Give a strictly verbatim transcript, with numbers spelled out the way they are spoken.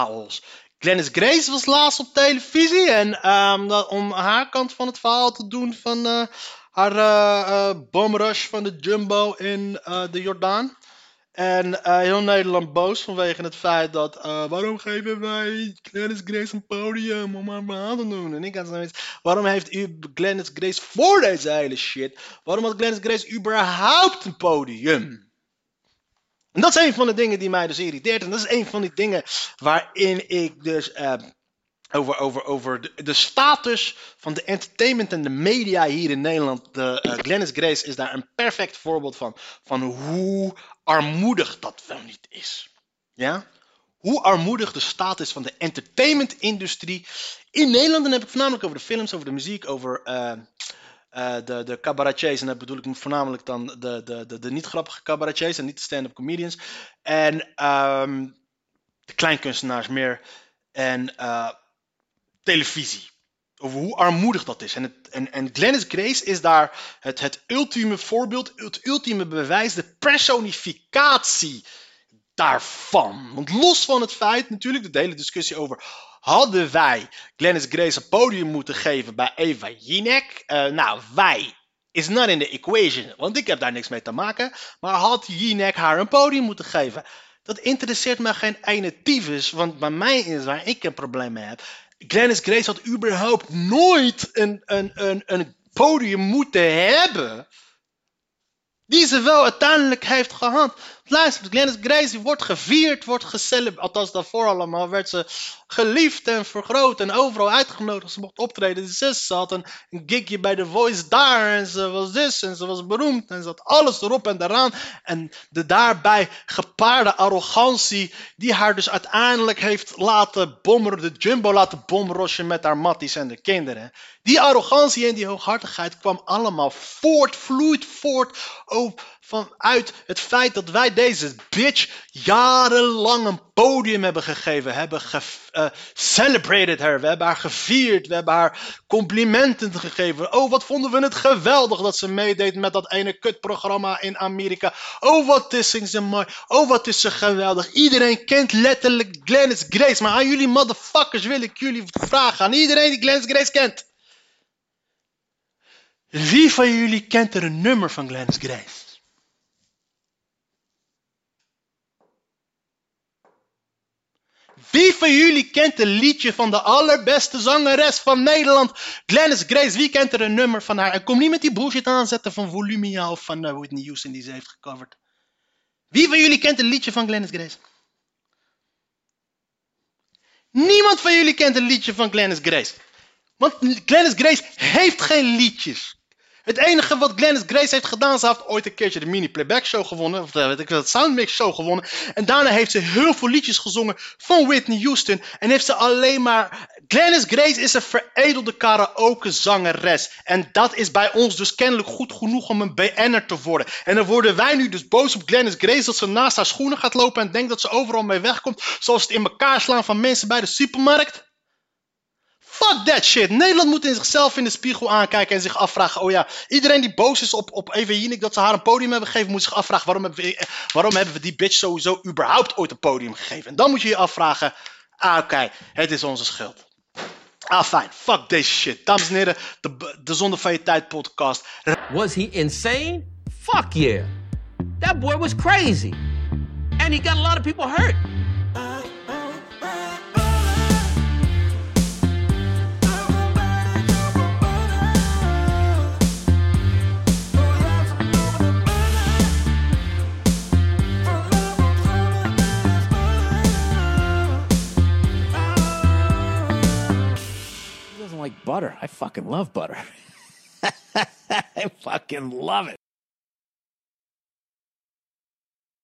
chaos. Glennis Grace was laatst op televisie en um, dat, om haar kant van het verhaal te doen van uh, haar uh, uh, bomrush van de Jumbo in uh, de Jordaan. En uh, heel Nederland boos vanwege het feit dat, uh, waarom geven wij Glennis Grace een podium om haar verhaal te doen? En ik had zoiets, waarom heeft u Glennis Grace voor deze hele shit? Waarom had Glennis Grace überhaupt een podium? En dat is een van de dingen die mij dus irriteert. En dat is een van die dingen waarin ik dus uh, over, over, over de, de status van de entertainment en de media hier in Nederland. De, uh, Glennis Grace is daar een perfect voorbeeld van. Van hoe armoedig dat wel niet is. Ja? Hoe armoedig de staat is van de entertainmentindustrie in Nederland. En dan heb ik voornamelijk over de films, over de muziek, over... Uh, Uh, de, de cabaretiers, en dat bedoel ik voornamelijk dan de, de, de, de niet grappige cabaretiers en niet de stand-up comedians. En um, de kleinkunstenaars meer. En uh, televisie. Over hoe armoedig dat is. En, het, en, en Glennis Grace is daar het, het ultieme voorbeeld, het ultieme bewijs, de personificatie daarvan. Want los van het feit natuurlijk, de hele discussie over... Hadden wij Glennis Grace een podium moeten geven bij Eva Jinek? Uh, nou, wij is not in the equation, want ik heb daar niks mee te maken. Maar had Jinek haar een podium moeten geven? Dat interesseert me geen ene tyfus, want bij mij is waar ik een probleem mee heb. Glennis Grace had überhaupt nooit een, een, een, een podium moeten hebben. Die ze wel uiteindelijk heeft gehad. Luister, Glennis Grace wordt gevierd, wordt gecelebreerd. Althans, daarvoor allemaal werd ze geliefd en vergroot en overal uitgenodigd. Ze mocht optreden. Ze had een, een gigje bij The Voice daar en ze was dus en ze was beroemd. En ze had alles erop en daaraan. En de daarbij gepaarde arrogantie die haar dus uiteindelijk heeft laten bommeren, de Jumbo laten bomrosjen met haar matties en de kinderen. Die arrogantie en die hooghartigheid kwam allemaal voort, vloeit voort vanuit het feit dat wij deze bitch jarenlang een podium hebben gegeven, hebben ge, uh, celebrated her, we hebben haar gevierd, we hebben haar complimenten gegeven. Oh, wat vonden we het geweldig dat ze meedeed met dat ene kutprogramma in Amerika. Oh, wat is ze mooi. Oh, wat is ze geweldig. Iedereen kent letterlijk Glennis Grace, maar aan jullie motherfuckers wil ik jullie vragen, aan iedereen die Glennis Grace kent. Wie van jullie kent er een nummer van Glennis Grace? Wie van jullie kent een liedje van de allerbeste zangeres van Nederland? Glennis Grace, wie kent er een nummer van haar? En kom niet met die bullshit aanzetten van Volumia of van uh, Whitney Houston die ze heeft gecoverd. Wie van jullie kent een liedje van Glennis Grace? Niemand van jullie kent een liedje van Glennis Grace. Want Glennis Grace heeft geen liedjes. Het enige wat Glennis Grace heeft gedaan, ze heeft ooit een keertje de mini playback show gewonnen, of de, de soundmix show gewonnen, en daarna heeft ze heel veel liedjes gezongen van Whitney Houston, en heeft ze alleen maar, Glennis Grace is een veredelde karaoke zangeres, en dat is bij ons dus kennelijk goed genoeg om een B N'er te worden, en dan worden wij nu dus boos op Glennis Grace, dat ze naast haar schoenen gaat lopen en denkt dat ze overal mee wegkomt, zoals het in elkaar slaan van mensen bij de supermarkt. Fuck that shit. Nederland moet in zichzelf in de spiegel aankijken en zich afvragen. Oh ja, iedereen die boos is op, op Eva Jinek dat ze haar een podium hebben gegeven, moet zich afvragen waarom hebben, we, waarom hebben we die bitch sowieso überhaupt ooit een podium gegeven. En dan moet je je afvragen, ah oké, okay, het is onze schuld. Ah fijn, fuck deze shit. Dames en heren, de, de Zonde van je Tijd podcast. Was he insane? Fuck yeah. That boy was crazy. And he got a lot of people hurt. Like butter. I fucking love butter. I fucking love it.